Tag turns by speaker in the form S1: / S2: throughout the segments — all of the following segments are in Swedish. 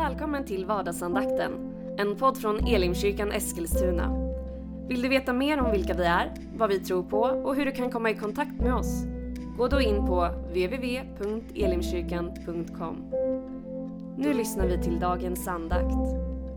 S1: Välkommen till vardagsandakten, en podd från Elimkyrkan Eskilstuna. Vill du veta mer om vilka vi är, vad vi tror på och hur du kan komma i kontakt med oss? Gå då in på www.elimkyrkan.com. Nu lyssnar vi till dagens andakt.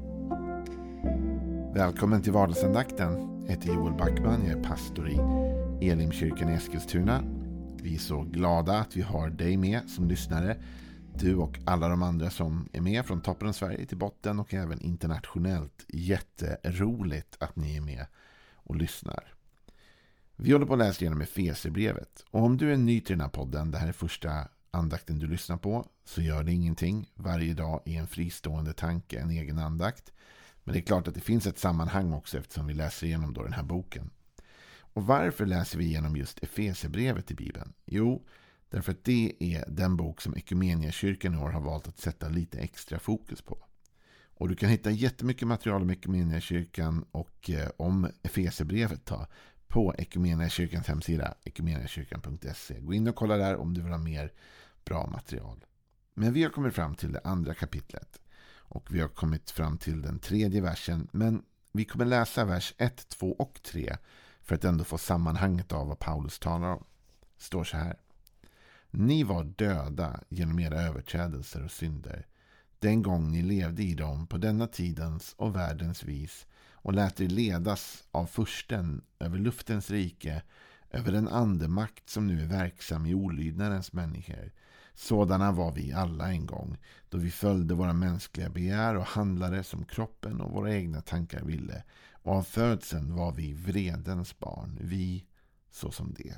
S2: Välkommen till vardagsandakten. Jag heter Joel Backman, jag är pastor i Elimkyrkan Eskilstuna. Vi är så glada att vi har dig med som lyssnare. Du och alla de andra som är med från toppen av Sverige till botten och även internationellt. Jätteroligt att ni är med och lyssnar. Vi håller på att läsa igenom Efesierbrevet. Och om du är ny till den här podden, det här är första andakten du lyssnar på, så gör det ingenting. Varje dag är en fristående tanke, en egen andakt. Men det är klart att det finns ett sammanhang också eftersom vi läser igenom då den här boken. Och varför läser vi igenom just Efesierbrevet i Bibeln? Jo, därför att det är den bok som Ekumeniakyrkan i år har valt att sätta lite extra fokus på. Och du kan hitta jättemycket material om Ekumeniakyrkan och om Efesierbrevet på Ekumeniakyrkans hemsida ekumeniakyrkan.se. Gå in och kolla där om du vill ha mer bra material. Men vi har kommit fram till det andra kapitlet. Och vi har kommit fram till den 3:e versen. Men vi kommer läsa vers 1, 2 och 3 för att ändå få sammanhanget av vad Paulus talar om. Det står så här. Ni var döda genom era överträdelser och synder. Den gång ni levde i dem på denna tidens och världens vis och lät er ledas av fursten över luftens rike, över den andemakt som nu är verksam i olydnadens människor. Sådana var vi alla en gång, då vi följde våra mänskliga begär och handlade som kroppen och våra egna tankar ville. Och av födseln var vi vredens barn, vi så som det.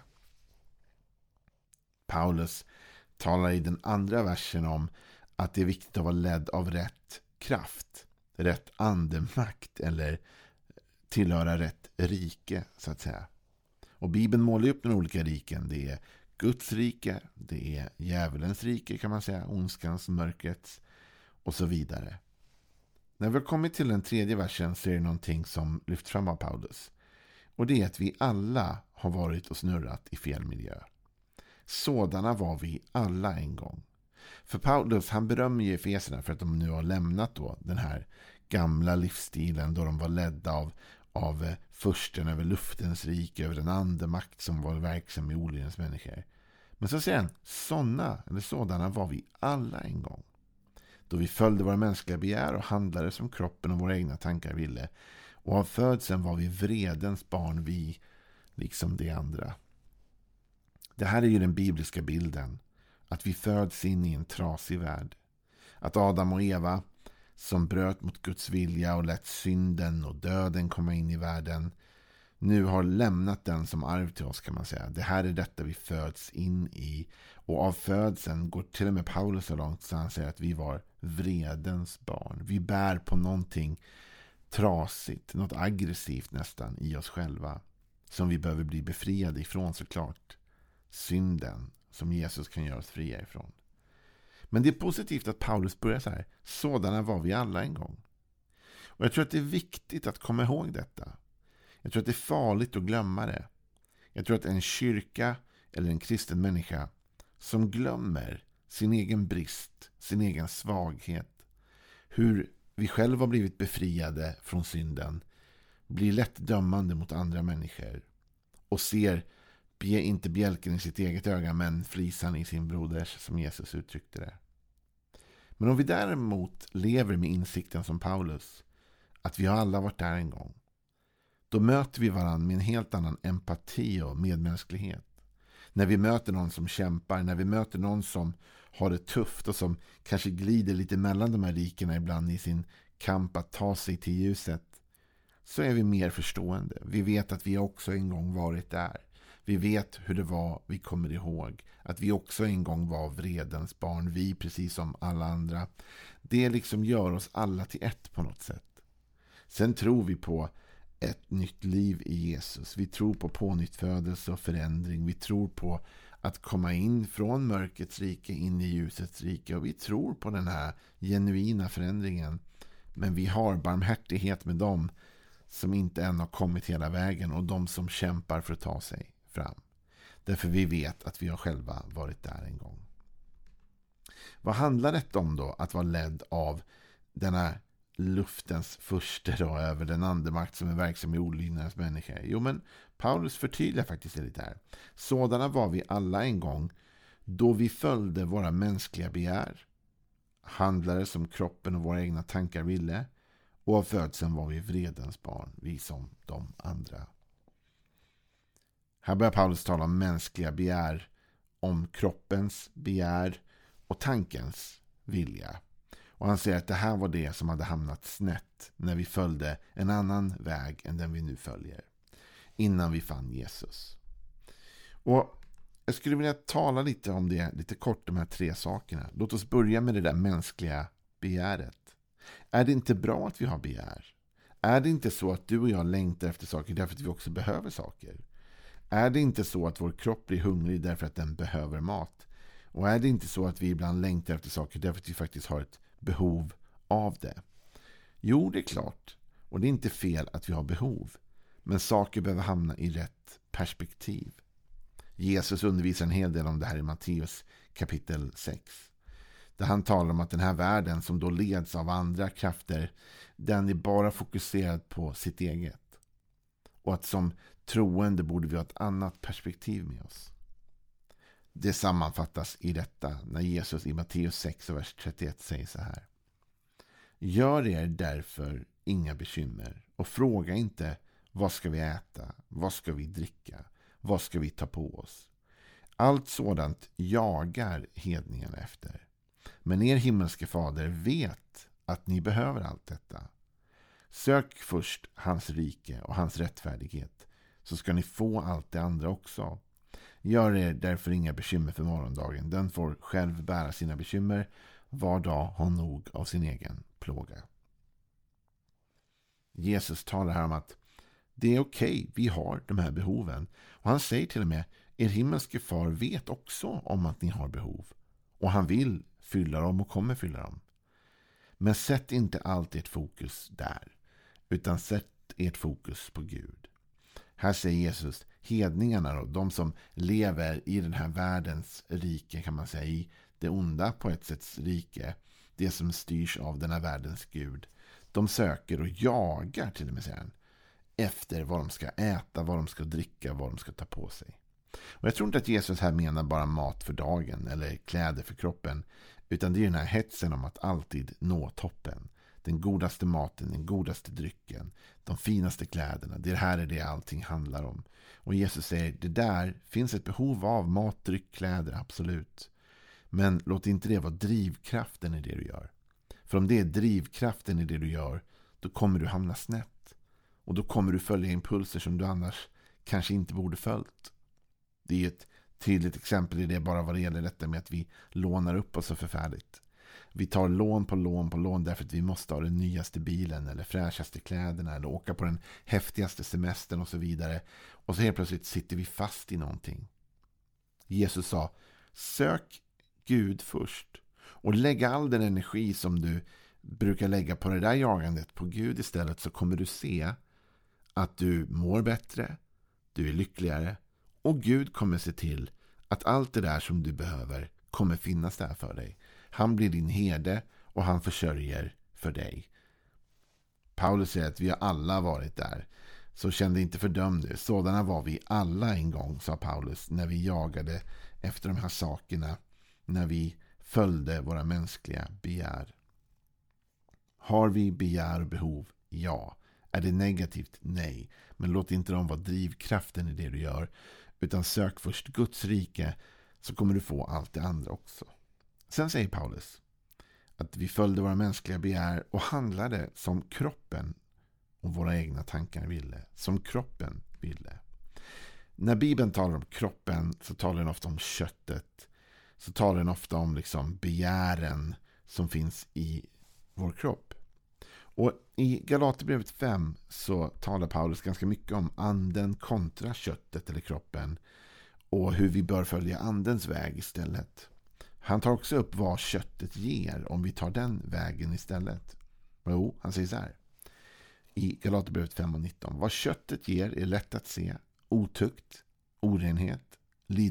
S2: Paulus talar i den andra versen om att det är viktigt att vara ledd av rätt kraft, rätt andemakt eller tillhöra rätt rike så att säga. Och Bibeln målar upp några olika riken. Det är Guds rike, det är djävulens rike kan man säga, ondskans, mörkrets och så vidare. När vi har kommit till den 3:e versen så är det någonting som lyfts fram av Paulus. Och det är att vi alla har varit och snurrat i fel miljö. Sådana var vi alla en gång. För Paulus, han berömmer ju Efeserna för att de nu har lämnat då den här gamla livsstilen då de var ledda av fursten över luftens rike, över den andemakt som var verksam i olydnadens människor. Men så säger han, sådana var vi alla en gång. Då vi följde våra mänskliga begär och handlade som kroppen och våra egna tankar ville. Och av födseln var vi vredens barn, vi liksom de andra. Det här är ju den bibliska bilden. Att vi föds in i en trasig värld. Att Adam och Eva som bröt mot Guds vilja och lät synden och döden komma in i världen nu har lämnat den som arv till oss kan man säga. Det här är detta vi föds in i. Och av födseln går till och med Paulus så långt så han säger att vi var vredens barn. Vi bär på någonting trasigt, något aggressivt nästan i oss själva. Som vi behöver bli befriade ifrån såklart. Synden som Jesus kan göra oss fria ifrån. Men det är positivt att Paulus börjar så här. Sådana var vi alla en gång. Och jag tror att det är viktigt att komma ihåg detta. Jag tror att det är farligt att glömma det. Jag tror att en kyrka eller en kristen människa som glömmer sin egen brist, sin egen svaghet, hur vi själva har blivit befriade från synden, blir lätt dömande mot andra människor och ser inte bjälken i sitt eget öga men flisan i sin broders som Jesus uttryckte det. Men om vi däremot lever med insikten som Paulus att vi har alla varit där en gång, då möter vi varandra med en helt annan empati och medmänsklighet. När vi möter någon som kämpar, när vi möter någon som har det tufft och som kanske glider lite mellan de här rikena ibland i sin kamp att ta sig till ljuset, så är vi mer förstående. Vi vet att vi också en gång varit där. Vi vet hur det var, vi kommer ihåg att vi också en gång var vredens barn, vi precis som alla andra. Det liksom gör oss alla till ett på något sätt. Sen tror vi på ett nytt liv i Jesus. Vi tror på pånyttfödelse och förändring. Vi tror på att komma in från mörkrets rike in i ljusets rike. Och vi tror på den här genuina förändringen. Men vi har barmhärtighet med dem som inte än har kommit hela vägen och de som kämpar för att ta sig fram. Därför vi vet att vi har själva varit där en gång. Vad handlar det om då att vara ledd av denna luftens furste då över den andemakt som är verksam i olydnadens människor? Jo, men Paulus förtydligar faktiskt det lite här. Sådana var vi alla en gång då vi följde våra mänskliga begär, handlade som kroppen och våra egna tankar ville, och av födseln var vi vredens barn, vi som de andra. Här börjar Paulus tala om mänskliga begär, om kroppens begär och tankens vilja. Och han säger att det här var det som hade hamnat snett när vi följde en annan väg än den vi nu följer, innan vi fann Jesus. Och jag skulle vilja tala lite om det, lite kort, de här 3 sakerna. Låt oss börja med det där mänskliga begäret. Är det inte bra att vi har begär? Är det inte så att du och jag längtar efter saker därför att vi också behöver saker? Är det inte så att vår kropp blir hungrig därför att den behöver mat? Och är det inte så att vi ibland längtar efter saker därför att vi faktiskt har ett behov av det? Jo, det är klart. Och det är inte fel att vi har behov. Men saker behöver hamna i rätt perspektiv. Jesus undervisar en hel del om det här i Matteus kapitel 6. Där han talar om att den här världen som då leds av andra krafter, den är bara fokuserad på sitt eget. Och att som troende borde vi ha ett annat perspektiv med oss. Det sammanfattas i detta när Jesus i Matteus 6 vers 31 säger så här: Gör er därför inga bekymmer och fråga inte vad ska vi äta, vad ska vi dricka, vad ska vi ta på oss. Allt sådant jagar hedningarna efter. Men er himmelske fader vet att ni behöver allt detta. Sök först hans rike och hans rättfärdighet, så ska ni få allt det andra också. Gör er därför inga bekymmer för morgondagen. Den får själv bära sina bekymmer. Var dag har nog av sin egen plåga. Jesus talar här om att det är okej, vi har de här behoven. Och han säger till och med, er himmelske far vet också om att ni har behov. Och han vill fylla dem och kommer fylla dem. Men sätt inte allt ert fokus där, utan sätt ert fokus på Gud. Här säger Jesus, hedningarna då, de som lever i den här världens rike, kan man säga, i det onda på ett sätts rike, det som styrs av den här världens Gud. De söker och jagar, till och med säger han, efter vad de ska äta, vad de ska dricka, vad de ska ta på sig. Och jag tror inte att Jesus här menar bara mat för dagen eller kläder för kroppen, utan det är den här hetsen om att alltid nå toppen. Den godaste maten, den godaste drycken, de finaste kläderna. Det här är det allting handlar om. Och Jesus säger, det där finns ett behov av mat, dryck, kläder, absolut. Men låt inte det vara drivkraften i det du gör. För om det är drivkraften i det du gör, då kommer du hamna snett. Och då kommer du följa impulser som du annars kanske inte borde följt. Det är ett tydligt exempel i det, bara vad det gäller detta med att vi lånar upp oss så förfärligt. Vi tar lån på lån på lån därför att vi måste ha den nyaste bilen eller fräschaste kläderna eller åka på den häftigaste semestern och så vidare. Och så helt plötsligt sitter vi fast i någonting. Jesus sa, sök Gud först och lägg all den energi som du brukar lägga på det där jagandet på Gud istället, så kommer du se att du mår bättre, du är lyckligare och Gud kommer se till att allt det där som du behöver kommer finnas där för dig. Han blir din herde och han försörjer för dig. Paulus säger att vi har alla varit där. Så kände inte fördömd. Sådana var vi alla en gång, sa Paulus, när vi jagade efter de här sakerna, när vi följde våra mänskliga begär. Har vi begär och behov? Ja. Är det negativt? Nej. Men låt inte dem vara drivkraften i det du gör, utan sök först Guds rike, så kommer du få allt det andra också. Sen säger Paulus att vi följde våra mänskliga begär och handlade som kroppen och våra egna tankar ville. Som kroppen ville. När Bibeln talar om kroppen så talar den ofta om köttet. Så talar den ofta om liksom begären som finns i vår kropp. Och i Galaterbrevet 5 så talar Paulus ganska mycket om anden kontra köttet eller kroppen. Och hur vi bör följa andens väg istället. Han tar också upp vad köttet ger om vi tar den vägen istället. Jo, han säger så här. I Galaterbrevet 5:19. Vad köttet ger är lätt att se. Otukt, orenhet,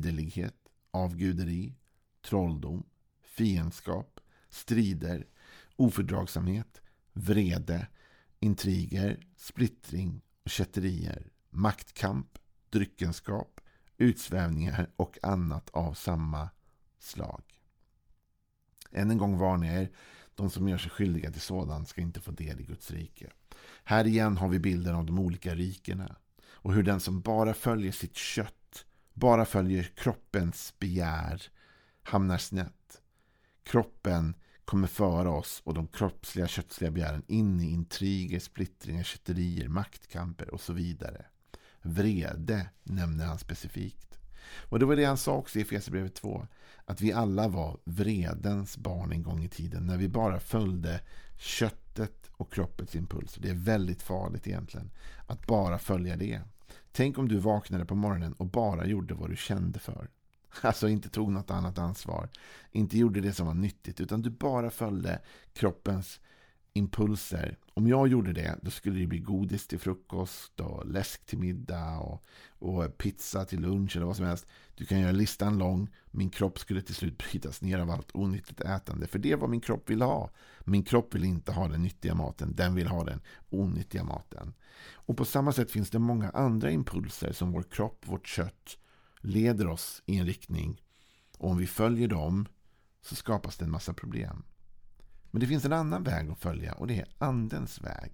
S2: liderlighet, avguderi, trolldom, fiendskap, strider ofördragsamhet, vrede, intriger, splittring och kätterier, maktkamp, dryckenskap, utsvävningar och annat av samma slag. Än en gång varnar jag er, de som gör sig skyldiga till sådant ska inte få del i Guds rike. Här igen har vi bilden av de olika rikena och hur den som bara följer sitt kött, bara följer kroppens begär, hamnar snett. Kroppen kommer föra oss och de kroppsliga kötsliga begären in i intriger, splittringar, kätterier, maktkamper och så vidare. Vrede nämner han specifikt. Och det var det han sa också i Efesierbrevet 2. Att vi alla var vredens barn en gång i tiden när vi bara följde köttet och kroppens impulser. Det är väldigt farligt egentligen att bara följa det. Tänk om du vaknade på morgonen och bara gjorde vad du kände för. Alltså inte tog något annat ansvar. Inte gjorde det som var nyttigt utan du bara följde kroppens impulser. Om jag gjorde det, då skulle det bli godis till frukost och läsk till middag och pizza till lunch eller vad som helst. Du kan göra listan lång. Min kropp skulle till slut brytas ner av allt onyttigt ätande. För det är vad min kropp vill ha. Min kropp vill inte ha den nyttiga maten. Den vill ha den onyttiga maten. Och på samma sätt finns det många andra impulser som vår kropp, vårt kött leder oss i en riktning. Och om vi följer dem så skapas det en massa problem. Men det finns en annan väg att följa och det är andens väg.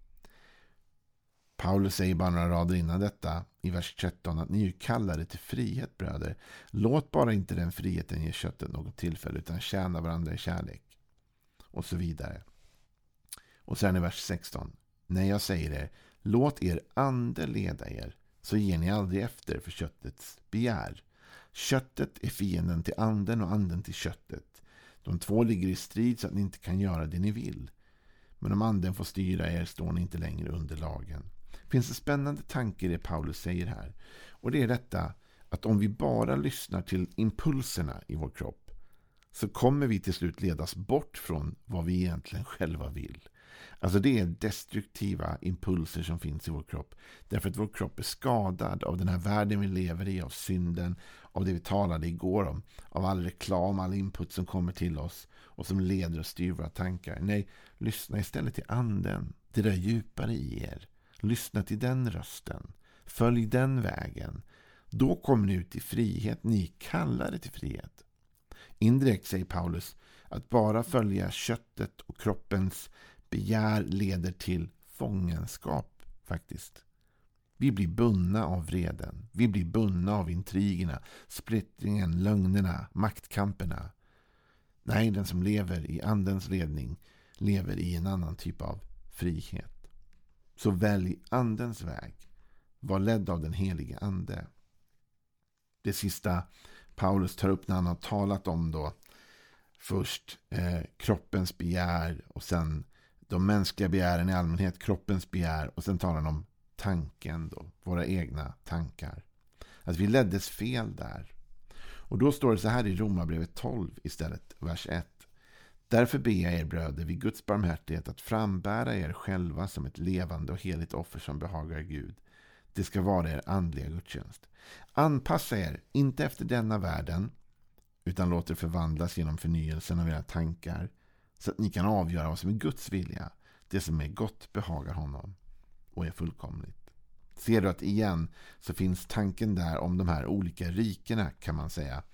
S2: Paulus säger bara några rader innan detta i vers 13 att ni är kallade till frihet, bröder. Låt bara inte den friheten ge köttet något tillfälle utan tjäna varandra i kärlek. Och så vidare. Och sen i vers 16. När jag säger er, låt er ande leda er så ger ni aldrig efter för köttets begär. Köttet är fienden till anden och anden till köttet. De två ligger i strid så att ni inte kan göra det ni vill. Men om anden får styra er står ni inte längre under lagen. Det finns en spännande tanke i det Paulus säger här. Och det är detta att om vi bara lyssnar till impulserna i vår kropp så kommer vi till slut ledas bort från vad vi egentligen själva vill. Alltså det är destruktiva impulser som finns i vår kropp. Därför att vår kropp är skadad av den här världen vi lever i, av synden, av det vi talade igår om, av all reklam, all input som kommer till oss och som leder och styr våra tankar. Nej, lyssna istället till anden, det där djupare i er. Lyssna till den rösten. Följ den vägen. Då kommer ni ut i frihet. Ni kallar det till frihet. Indirekt säger Paulus att bara följa köttet och kroppens begär leder till fångenskap faktiskt. Vi blir bundna av vreden. Vi blir bundna av intrigerna, splittringen, lögnerna, maktkamperna. Nej, den som lever i andens ledning lever i en annan typ av frihet. Så välj andens väg. Var ledd av den helige ande. Det sista Paulus tar upp när han har talat om då först kroppens begär och sen de mänskliga begären i allmänhet, kroppens begär och sen talar han om tanken då, våra egna tankar. Att vi leddes fel där. Och då står det så här i Romarbrevet 12 istället, vers 1. Därför ber jag er bröder vid Guds barmhärtighet att frambära er själva som ett levande och heligt offer som behagar Gud. Det ska vara er andliga gudstjänst. Anpassa er inte efter denna världen utan låt er förvandlas genom förnyelsen av era tankar så att ni kan avgöra vad som är Guds vilja, det som är gott behagar honom och är fullkomligt. Ser du att igen så finns tanken där om de här olika rikena kan man säga.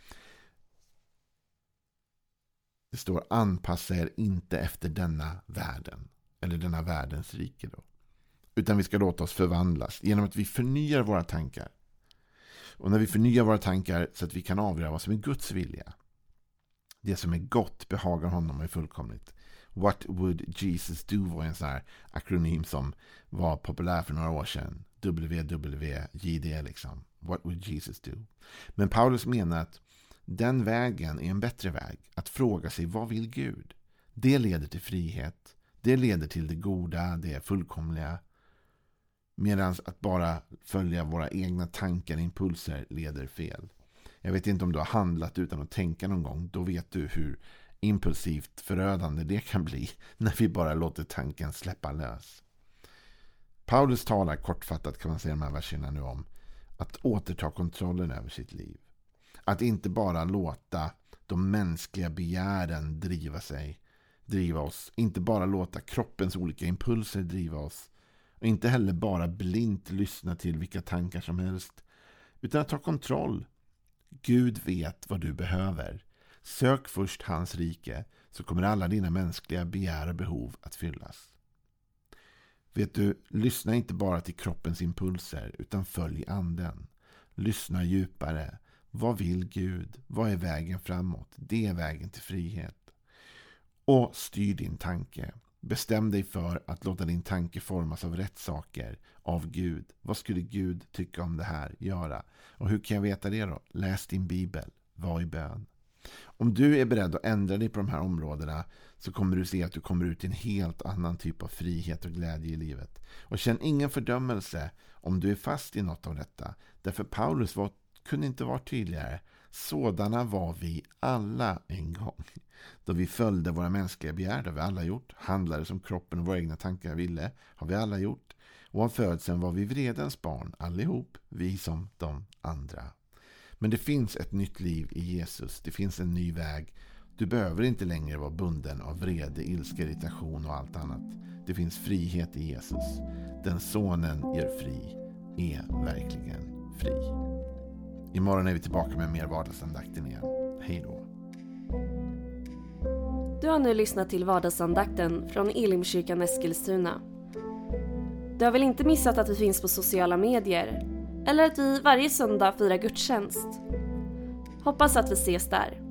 S2: Det står anpassa er inte efter denna världen eller denna världens rike då. Utan vi ska låta oss förvandlas genom att vi förnyar våra tankar. Och när vi förnyar våra tankar så att vi kan avgöra vad som är Guds vilja. Det som är gott behagar honom och är fullkomligt. What would Jesus do var en sån här akronym som var populär för några år sedan. WWJD liksom. What would Jesus do? Men Paulus menar att den vägen är en bättre väg. Att fråga sig vad vill Gud? Det leder till frihet. Det leder till det goda, det fullkomliga. Medan att bara följa våra egna tankar och impulser leder fel. Jag vet inte om du har handlat utan att tänka någon gång. Då vet du hur impulsivt förödande det kan bli när vi bara låter tanken släppa lös. Paulus talar kortfattat kan man säga de här verserna nu om att återta kontrollen över sitt liv. Att inte bara låta de mänskliga begären driva sig. driva oss. Inte bara låta kroppens olika impulser driva oss. Och inte heller bara blint lyssna till vilka tankar som helst. Utan att ta kontroll. Gud vet vad du behöver. Sök först hans rike, så kommer alla dina mänskliga begär och behov att fyllas. Vet du, lyssna inte bara till kroppens impulser utan följ anden. Lyssna djupare. Vad vill Gud? Vad är vägen framåt? Det är vägen till frihet. Och styr din tanke. Bestäm dig för att låta din tanke formas av rätt saker, av Gud. Vad skulle Gud tycka om det här? Göra. Och hur kan jag veta det då? Läs din bibel. Var i bön. Om du är beredd att ändra dig på de här områdena så kommer du se att du kommer ut i en helt annan typ av frihet och glädje i livet. Och känn ingen fördömelse om du är fast i något av detta. Därför Paulus kunde inte vara tydligare. Sådana var vi alla en gång. Då vi följde våra mänskliga begär, det har vi alla gjort. Handlade som kroppen och våra egna tankar ville, har vi alla gjort. Och av födseln var vi vredens barn, allihop, vi som de andra. Men det finns ett nytt liv i Jesus. Det finns en ny väg. Du behöver inte längre vara bunden av vrede, ilska, irritation och allt annat. Det finns frihet i Jesus. Den sonen gör fri, är verkligen fri. Imorgon är vi tillbaka med mer vardagsandakten igen. Hej då.
S1: Du har nu lyssnat till vardagsandakten från Elimkyrkan Eskilstuna. Du har väl inte missat att vi finns på sociala medier? Eller att vi varje söndag firar gudstjänst? Hoppas att vi ses där.